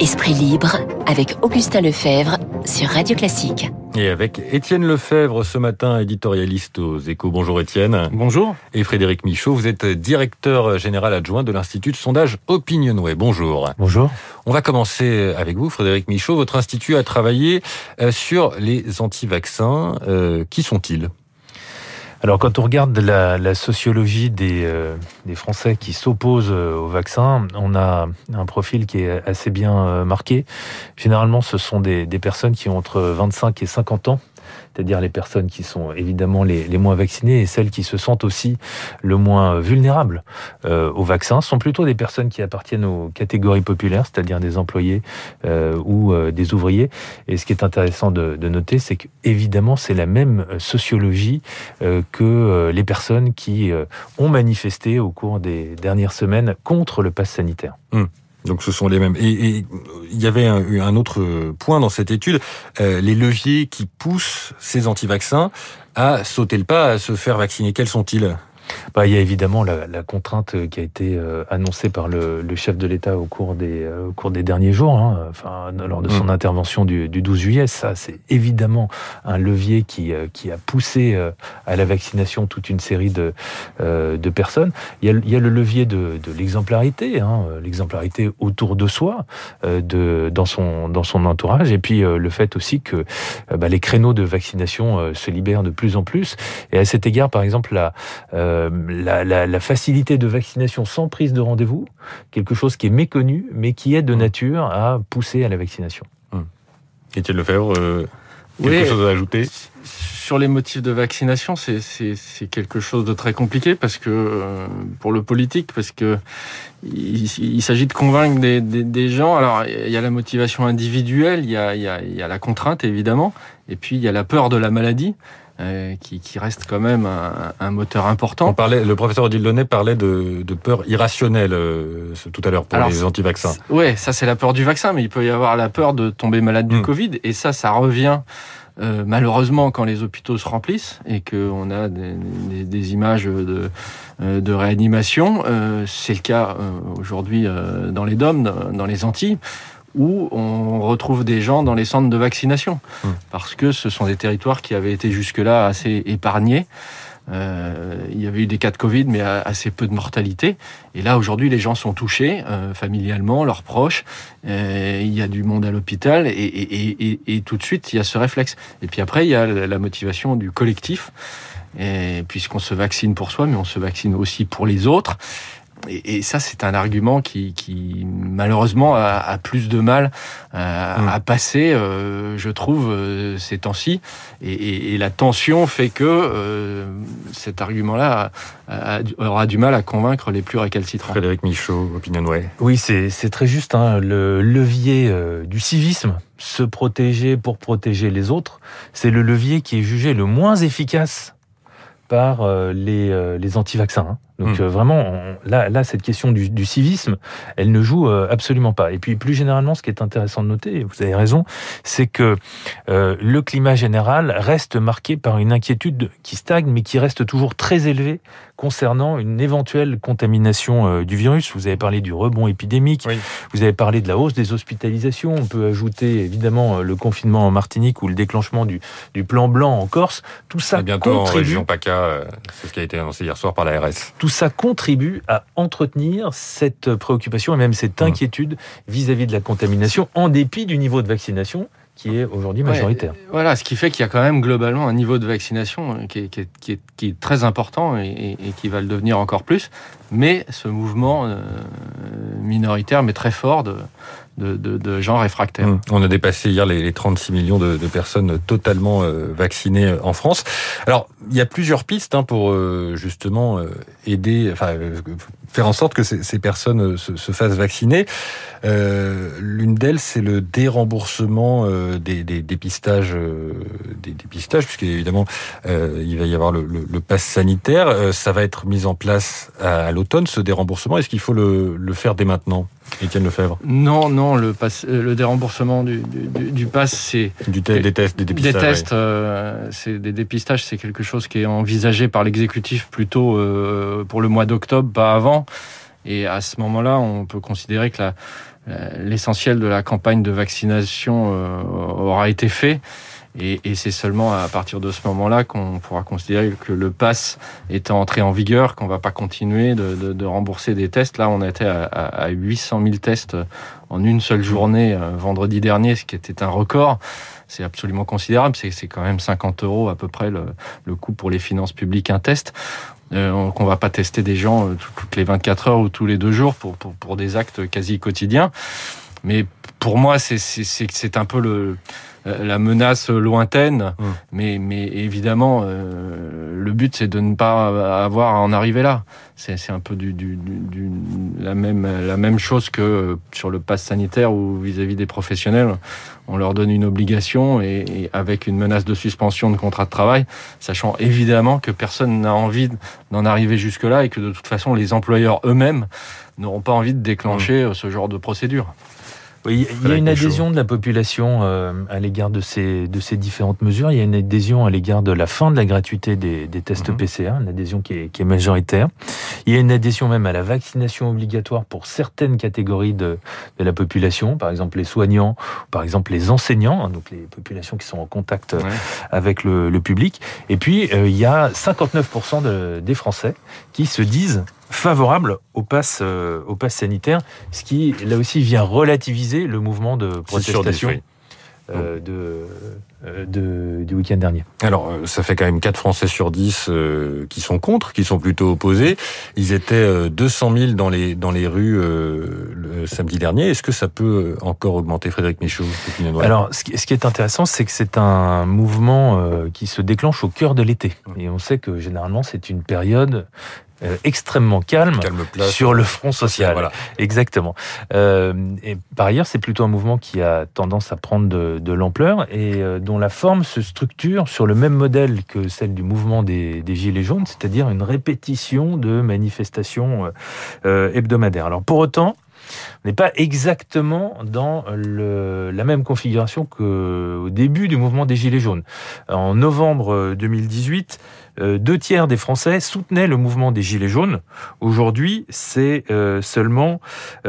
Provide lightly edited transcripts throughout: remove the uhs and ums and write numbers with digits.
Esprit libre avec Augustin Lefebvre sur Radio Classique. Et avec Étienne Lefebvre ce matin, éditorialiste aux Échos. Bonjour Étienne. Bonjour. Et Frédéric Michaud, vous êtes directeur général adjoint de l'Institut de sondage Opinionway. Bonjour. Bonjour. On va commencer avec vous, Frédéric Michaud. Votre institut a travaillé sur les anti-vaccins. Qui sont-ils ? Alors, quand on regarde la sociologie des Français qui s'opposent au vaccin, on a un profil qui est assez bien marqué. Généralement, ce sont des personnes qui ont entre 25 et 50 ans, c'est-à-dire les personnes qui sont évidemment les moins vaccinées et celles qui se sentent aussi le moins vulnérables au vaccin. Ce sont plutôt des personnes qui appartiennent aux catégories populaires, c'est-à-dire des employés ou des ouvriers. Et ce qui est intéressant de noter, c'est qu'évidemment, c'est la même sociologie que les personnes qui ont manifesté au cours des dernières semaines contre le pass sanitaire. Donc ce sont les mêmes. Et il y avait un autre point dans cette étude, les leviers qui poussent ces anti-vaccins à sauter le pas, à se faire vacciner. Quels sont-ils ? Il y a évidemment la contrainte qui a été annoncée par le chef de l'État au cours des derniers jours, lors de son intervention du 12 juillet. Ça, c'est évidemment un levier qui a poussé à la vaccination toute une série de personnes. Il y a le levier de l'exemplarité, l'exemplarité autour de soi, dans son entourage, et puis le fait aussi que les créneaux de vaccination se libèrent de plus en plus. Et à cet égard, par exemple, la facilité de vaccination sans prise de rendez-vous, quelque chose qui est méconnu, mais qui est de nature à pousser à la vaccination. Étienne Lefebvre, quelque chose à ajouter ? Sur les motifs de vaccination, c'est quelque chose de très compliqué parce que pour le politique, parce que il s'agit de convaincre des gens. Alors il y a la motivation individuelle, il y a la contrainte évidemment, et puis il y a la peur de la maladie. Qui reste quand même un moteur important. Le professeur Odile Launay parlait de peur irrationnelle tout à l'heure pour les anti-vaccins. Ouais, ça c'est la peur du vaccin, mais il peut y avoir la peur de tomber malade du Covid, et ça revient malheureusement quand les hôpitaux se remplissent et qu'on a des images de réanimation. C'est le cas aujourd'hui dans les DOM, dans les Antilles, où on retrouve des gens dans les centres de vaccination, parce que ce sont des territoires qui avaient été jusque-là assez épargnés. Il y avait eu des cas de Covid, mais assez peu de mortalité. Et là, aujourd'hui, les gens sont touchés, familialement, leurs proches. Il y a du monde à l'hôpital, et tout de suite, il y a ce réflexe. Et puis après, il y a la motivation du collectif, puisqu'on se vaccine pour soi, mais on se vaccine aussi pour les autres. Et ça, c'est un argument qui malheureusement a plus de mal à passer, je trouve, ces temps-ci. Et la tension fait que cet argument-là aura du mal à convaincre les plus récalcitrants. Frédéric Michaud, Opinionway. Oui, c'est très juste. Le levier du civisme, se protéger pour protéger les autres, c'est le levier qui est jugé le moins efficace par les anti-vaccins. Donc vraiment, là, cette question du civisme, elle ne joue absolument pas. Et puis plus généralement, ce qui est intéressant de noter, et vous avez raison, c'est que le climat général reste marqué par une inquiétude qui stagne, mais qui reste toujours très élevée concernant une éventuelle contamination du virus. Vous avez parlé du rebond épidémique, vous avez parlé de la hausse des hospitalisations, on peut ajouter évidemment le confinement en Martinique ou le déclenchement du plan blanc en Corse. Tout ça bientôt contribue, en région PACA, c'est ce qui a été annoncé hier soir par l'ARS. Tout ça contribue à entretenir cette préoccupation et même cette inquiétude vis-à-vis de la contamination, en dépit du niveau de vaccination qui est aujourd'hui majoritaire. Voilà, ce qui fait qu'il y a quand même globalement un niveau de vaccination qui est très important et qui va le devenir encore plus. Mais ce mouvement minoritaire, mais très fort de gens réfractaires. On a dépassé hier les 36 millions de personnes totalement vaccinées en France. Alors, il y a plusieurs pistes pour justement aider, faire en sorte que ces personnes se fassent vacciner. L'une d'elles, c'est le déremboursement des dépistages, puisqu'évidemment, il va y avoir le pass sanitaire. Ça va être mis en place à l'automne, ce déremboursement. Est-ce qu'il faut le faire dès maintenant ? Étienne Lefebvre. Non, le déremboursement du pass, c'est des tests, des dépistages. Des tests, c'est des dépistages, c'est quelque chose qui est envisagé par l'exécutif plutôt pour le mois d'octobre, pas avant. Et à ce moment-là, on peut considérer que l'essentiel de la campagne de vaccination aura été fait. Et c'est seulement à partir de ce moment-là qu'on pourra considérer que le pass est entré en vigueur, qu'on ne va pas continuer de rembourser des tests. Là, on était à 800 000 tests en une seule journée vendredi dernier, ce qui était un record. C'est absolument considérable. C'est quand même 50 € à peu près le coût pour les finances publiques un test. Qu'on va pas tester des gens toutes les 24 heures ou tous les 2 jours pour des actes quasi quotidiens. Mais pour moi, c'est un peu la menace lointaine, mais évidemment, le but c'est de ne pas avoir à en arriver là. C'est un peu la même chose que sur le pass sanitaire ou vis-à-vis des professionnels, on leur donne une obligation et avec une menace de suspension de contrat de travail, sachant évidemment que personne n'a envie d'en arriver jusque-là et que de toute façon les employeurs eux-mêmes n'auront pas envie de déclencher ce genre de procédure. Oui, il y a une adhésion de la population à l'égard de ces différentes mesures. Il y a une adhésion à l'égard de la fin de la gratuité des tests PCR, une adhésion qui est majoritaire. Il y a une adhésion même à la vaccination obligatoire pour certaines catégories de la population, par exemple les soignants, par exemple les enseignants, donc les populations qui sont en contact avec le public. Et puis, il y a 59% des Français qui se disent favorables au pass sanitaire, ce qui, là aussi, vient relativiser le mouvement de protestation du week-end dernier. Alors, ça fait quand même 4 Français sur 10 qui sont contre, qui sont plutôt opposés. Ils étaient 200 000 dans les rues le samedi dernier. Est-ce que ça peut encore augmenter, Frédéric Michaud? Alors, ce qui est intéressant, c'est que c'est un mouvement qui se déclenche au cœur de l'été. Et on sait que, généralement, c'est une période extrêmement calme sur le front social. Voilà. Exactement. Et par ailleurs, c'est plutôt un mouvement qui a tendance à prendre de l'ampleur et dont la forme se structure sur le même modèle que celle du mouvement des Gilets jaunes, c'est-à-dire une répétition de manifestations hebdomadaires. Alors pour autant, on n'est pas exactement dans la même configuration qu'au début du mouvement des Gilets jaunes. En novembre 2018, 2/3 des Français soutenaient le mouvement des Gilets jaunes. Aujourd'hui, c'est seulement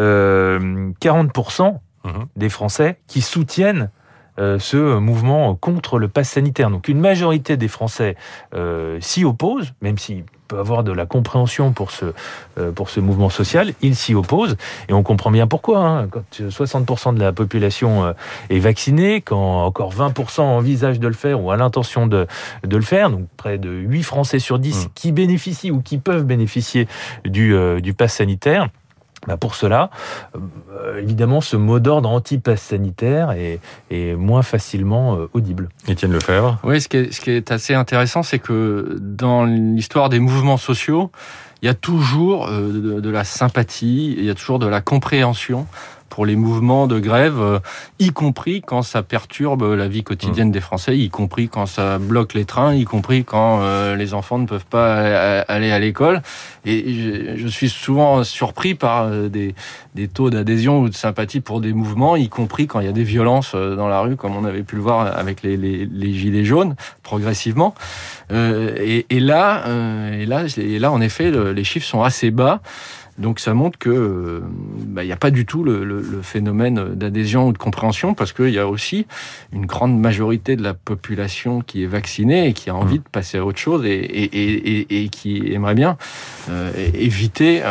40% des Français qui soutiennent ce mouvement contre le pass sanitaire. Donc une majorité des Français s'y opposent, même s'ils peuvent avoir de la compréhension pour ce mouvement social, ils s'y opposent, et on comprend bien pourquoi. Quand 60% de la population est vaccinée, quand encore 20% envisagent de le faire ou a l'intention de le faire, donc près de 8 Français sur 10 qui bénéficient ou qui peuvent bénéficier du pass sanitaire, pour cela, évidemment, ce mot d'ordre anti-pass sanitaire est moins facilement audible. Étienne Lefebvre. Oui, ce qui est assez intéressant, c'est que dans l'histoire des mouvements sociaux, il y a toujours de la sympathie, il y a toujours de la compréhension pour les mouvements de grève, y compris quand ça perturbe la vie quotidienne des Français, y compris quand ça bloque les trains, y compris quand les enfants ne peuvent pas aller à l'école. Et je suis souvent surpris par des taux d'adhésion ou de sympathie pour des mouvements, y compris quand il y a des violences dans la rue, comme on avait pu le voir avec les Gilets jaunes, progressivement. Et là, en effet, les chiffres sont assez bas. Donc ça montre que y a pas du tout le phénomène d'adhésion ou de compréhension, parce qu'il y a aussi une grande majorité de la population qui est vaccinée et qui a envie de passer à autre chose et qui aimerait bien éviter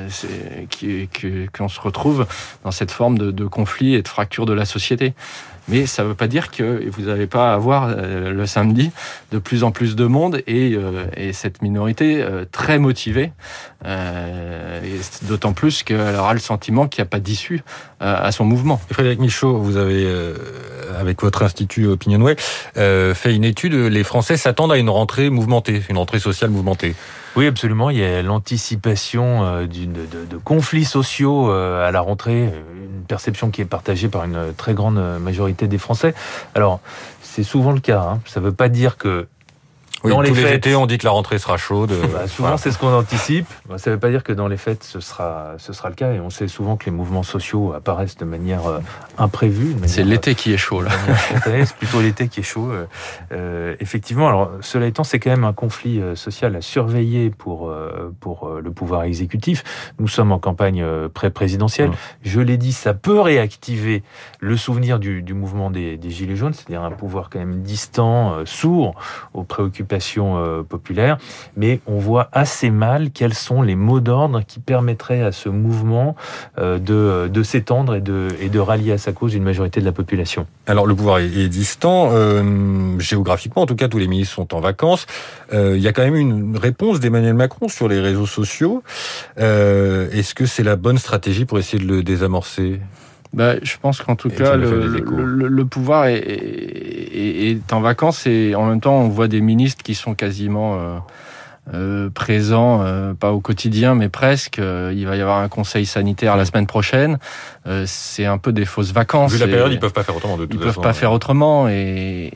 qu'on se retrouve dans cette forme de conflit et de fracture de la société. Mais ça ne veut pas dire que vous n'allez pas avoir le samedi de plus en plus de monde et cette minorité très motivée, et d'autant plus qu'elle aura le sentiment qu'il n'y a pas d'issue à son mouvement. Et Frédéric Michaud, vous avez, avec votre institut Opinionway, fait une étude. Les Français s'attendent à une rentrée mouvementée, une rentrée sociale mouvementée. Oui, absolument. Il y a l'anticipation de conflits sociaux à la rentrée, une perception qui est partagée par une très grande majorité des Français. Alors, c'est souvent le cas. Ça ne veut pas dire que Oui, dans les tous les fêtes, étés, on dit que la rentrée sera chaude. souvent Voilà. c'est ce qu'on anticipe. Ça ne veut pas dire que dans les fêtes ce sera le cas. Et on sait souvent que les mouvements sociaux apparaissent de manière imprévue. C'est l'été qui est chaud, là. C'est plutôt l'été qui est chaud. Effectivement, alors cela étant, c'est quand même un conflit social à surveiller pour le pouvoir exécutif. Nous sommes en campagne pré-présidentielle. Je l'ai dit, ça peut réactiver le souvenir du mouvement des Gilets jaunes, c'est-à-dire un pouvoir quand même distant, sourd aux préoccupations populaires, mais on voit assez mal quels sont les mots d'ordre qui permettraient à ce mouvement de s'étendre et de rallier à sa cause une majorité de la population. Alors le pouvoir est distant, géographiquement en tout cas, tous les ministres sont en vacances. Il y a quand même une réponse d'Emmanuel Macron sur les réseaux sociaux. Est-ce que c'est la bonne stratégie pour essayer de le désamorcer ? Je pense qu'en tout cas, le pouvoir est en vacances et en même temps, on voit des ministres qui sont quasiment présents, pas au quotidien, mais presque. Il va y avoir un conseil sanitaire la semaine prochaine. C'est un peu des fausses vacances. Vu la période, ils peuvent pas faire autrement de toute façon. Ils peuvent pas faire autrement. Et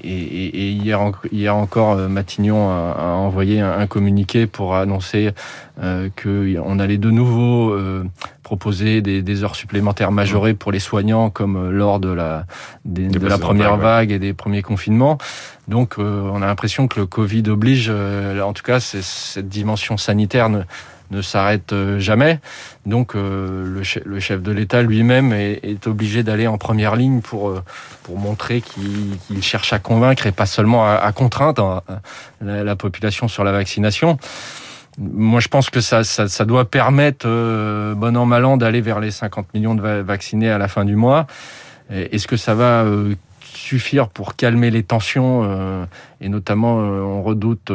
hier encore, Matignon a envoyé un communiqué pour annoncer qu'on allait de nouveau proposer des heures supplémentaires majorées pour les soignants, comme lors de la première vague et des premiers confinements. Donc, on a l'impression que le Covid oblige, en tout cas, cette dimension sanitaire ne s'arrête jamais. Donc, le chef de l'État lui-même est obligé d'aller en première ligne pour montrer qu'il cherche à convaincre et pas seulement à contraindre la population sur la vaccination. Moi, je pense que ça doit permettre, bon an, mal an, d'aller vers les 50 millions de vaccinés à la fin du mois. Est-ce que ça va suffire pour calmer les tensions et notamment on redoute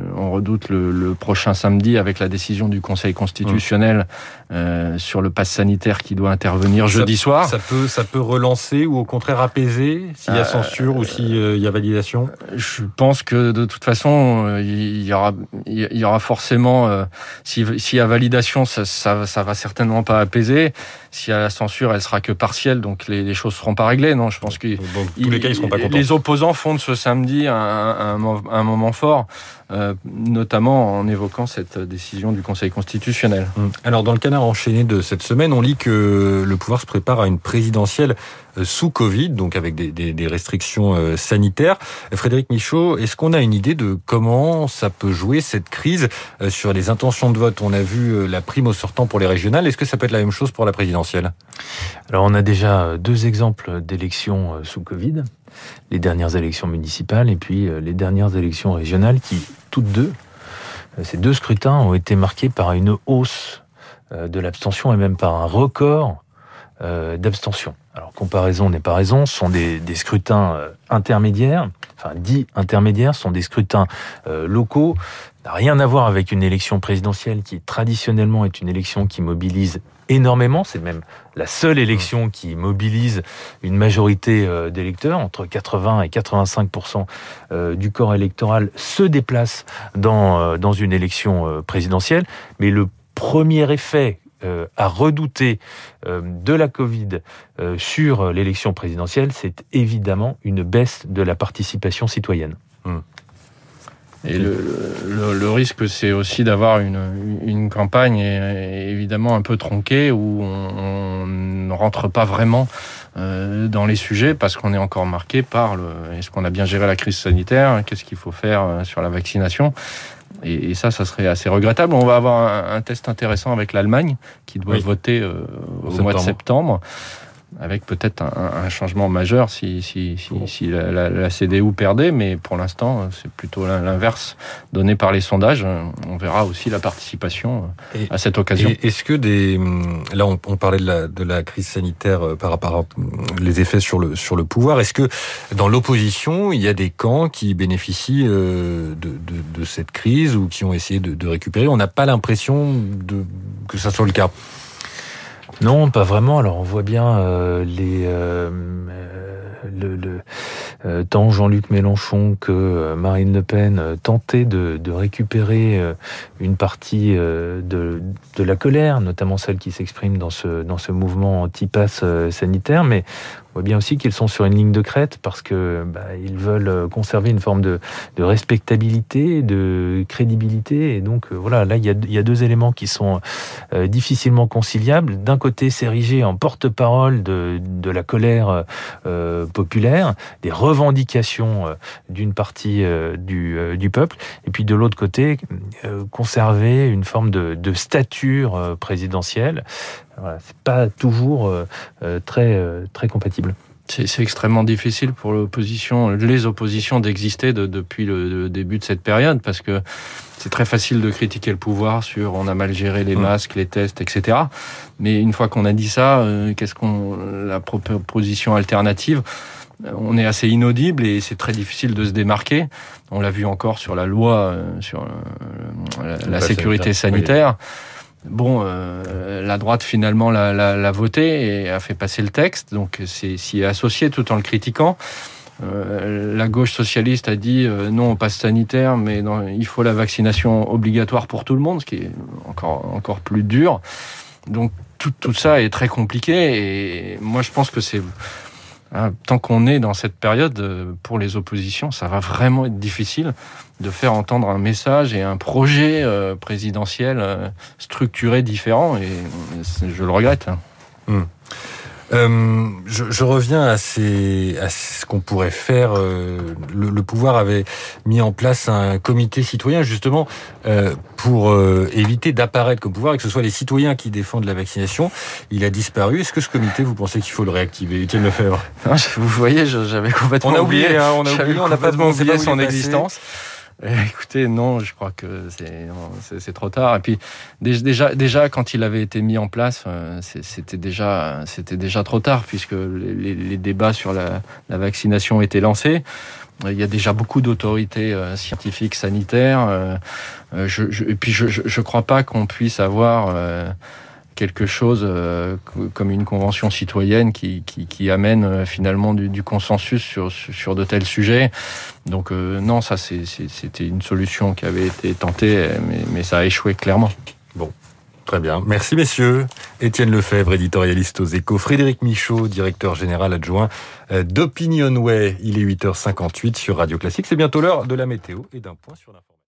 le prochain samedi avec la décision du Conseil constitutionnel sur le pass sanitaire qui doit intervenir jeudi soir. Ça peut relancer ou au contraire apaiser s'il y a censure ou s'il y a validation. Je pense que de toute façon il y aura forcément s'il y a validation, ça va certainement pas apaiser. S'il y a la censure, elle sera que partielle, donc les choses seront pas réglées. Non, je pense que dans tous les cas, ils seront pas contents. Les opposants font de ce samedi un moment fort, notamment en évoquant cette décision du Conseil constitutionnel. Alors, dans le canard enchaîné de cette semaine, on lit que le pouvoir se prépare à une présidentielle sous Covid, donc avec des restrictions sanitaires. Frédéric Michaud, est-ce qu'on a une idée de comment ça peut jouer cette crise sur les intentions de vote ? On a vu la prime au sortant pour les régionales. Est-ce que ça peut être la même chose pour la présidentielle ? Alors, on a déjà 2 exemples d'élections sous Covid. Les dernières élections municipales et puis les dernières élections régionales qui, toutes deux, ces 2 scrutins ont été marqués par une hausse de l'abstention et même par un record d'abstention. Alors, comparaison n'est pas raison, ce sont des scrutins intermédiaires, enfin dits intermédiaires, ce sont des scrutins locaux. Ça n'a rien à voir avec une élection présidentielle qui traditionnellement est une élection qui mobilise énormément. C'est même la seule élection qui mobilise une majorité d'électeurs. Entre 80 et 85% du corps électoral se déplace dans une élection présidentielle. Mais le premier effet à redouter de la Covid sur l'élection présidentielle, c'est évidemment une baisse de la participation citoyenne. Et le risque, c'est aussi d'avoir une campagne évidemment un peu tronquée où on ne rentre pas vraiment dans les sujets parce qu'on est encore marqué par est-ce qu'on a bien géré la crise sanitaire, qu'est-ce qu'il faut faire sur la vaccination. Et ça serait assez regrettable. On va avoir un test intéressant avec l'Allemagne qui doit voter au mois de septembre, avec peut-être un changement majeur si la CDU perdait, mais pour l'instant, c'est plutôt l'inverse donné par les sondages. On verra aussi la participation à cette occasion. Et est-ce que là, on parlait de la crise sanitaire par rapport à les effets sur le pouvoir. Est-ce que dans l'opposition, il y a des camps qui bénéficient de cette crise ou qui ont essayé de récupérer ? On n'a pas l'impression que ça soit le cas. Non, pas vraiment. Alors on voit bien tant Jean-Luc Mélenchon que Marine Le Pen tenter de récupérer une partie de la colère, notamment celle qui s'exprime dans ce mouvement anti-pass sanitaire. Mais On voit bien aussi qu'ils sont sur une ligne de crête parce que ils veulent conserver une forme de respectabilité, de crédibilité. Et donc voilà, là il y a deux éléments qui sont difficilement conciliables. D'un côté, s'ériger en porte-parole de la colère populaire, des revendications d'une partie du peuple, et puis de l'autre côté, conserver une forme de stature présidentielle. Voilà, c'est pas toujours très compatible. C'est extrêmement difficile pour les oppositions d'exister depuis le début de cette période, parce que c'est très facile de critiquer le pouvoir sur on a mal géré les masques, les tests, etc. Mais une fois qu'on a dit ça, la proposition alternative, on est assez inaudible et c'est très difficile de se démarquer. On l'a vu encore sur la loi sur la sécurité sanitaire. Bon, la droite finalement l'a voté et a fait passer le texte, donc s'y est associé tout en le critiquant. La gauche socialiste a dit non au pass sanitaire, mais non, il faut la vaccination obligatoire pour tout le monde, ce qui est encore plus dur. Donc tout ça est très compliqué et moi je pense que tant qu'on est dans cette période, pour les oppositions, ça va vraiment être difficile de faire entendre un message et un projet présidentiel structuré différent, et je le regrette. Je reviens à ce qu'on pourrait faire. Le pouvoir avait mis en place un comité citoyen justement pour éviter d'apparaître comme pouvoir et que ce soit les citoyens qui défendent la vaccination. Il a disparu. Est-ce que ce comité, vous pensez qu'il faut le réactiver? Étienne Lefebvre. Non, vous voyez, j'avais complètement oublié son existence. Écoutez, non, je crois que c'est trop tard. Et puis déjà quand il avait été mis en place, c'était déjà trop tard, puisque les débats sur la vaccination étaient lancés. Il y a déjà beaucoup d'autorités scientifiques, sanitaires. Et puis je crois pas qu'on puisse avoir quelque chose comme une convention citoyenne qui amène finalement du consensus sur de tels sujets. Donc non, ça c'était une solution qui avait été tentée, mais ça a échoué clairement. Bon, très bien. Merci messieurs. Étienne Lefebvre, éditorialiste aux Échos. Frédéric Michaud, directeur général adjoint d'Opinionway. Il est 8h58 sur Radio Classique. C'est bientôt l'heure de la météo et d'un point sur l'information.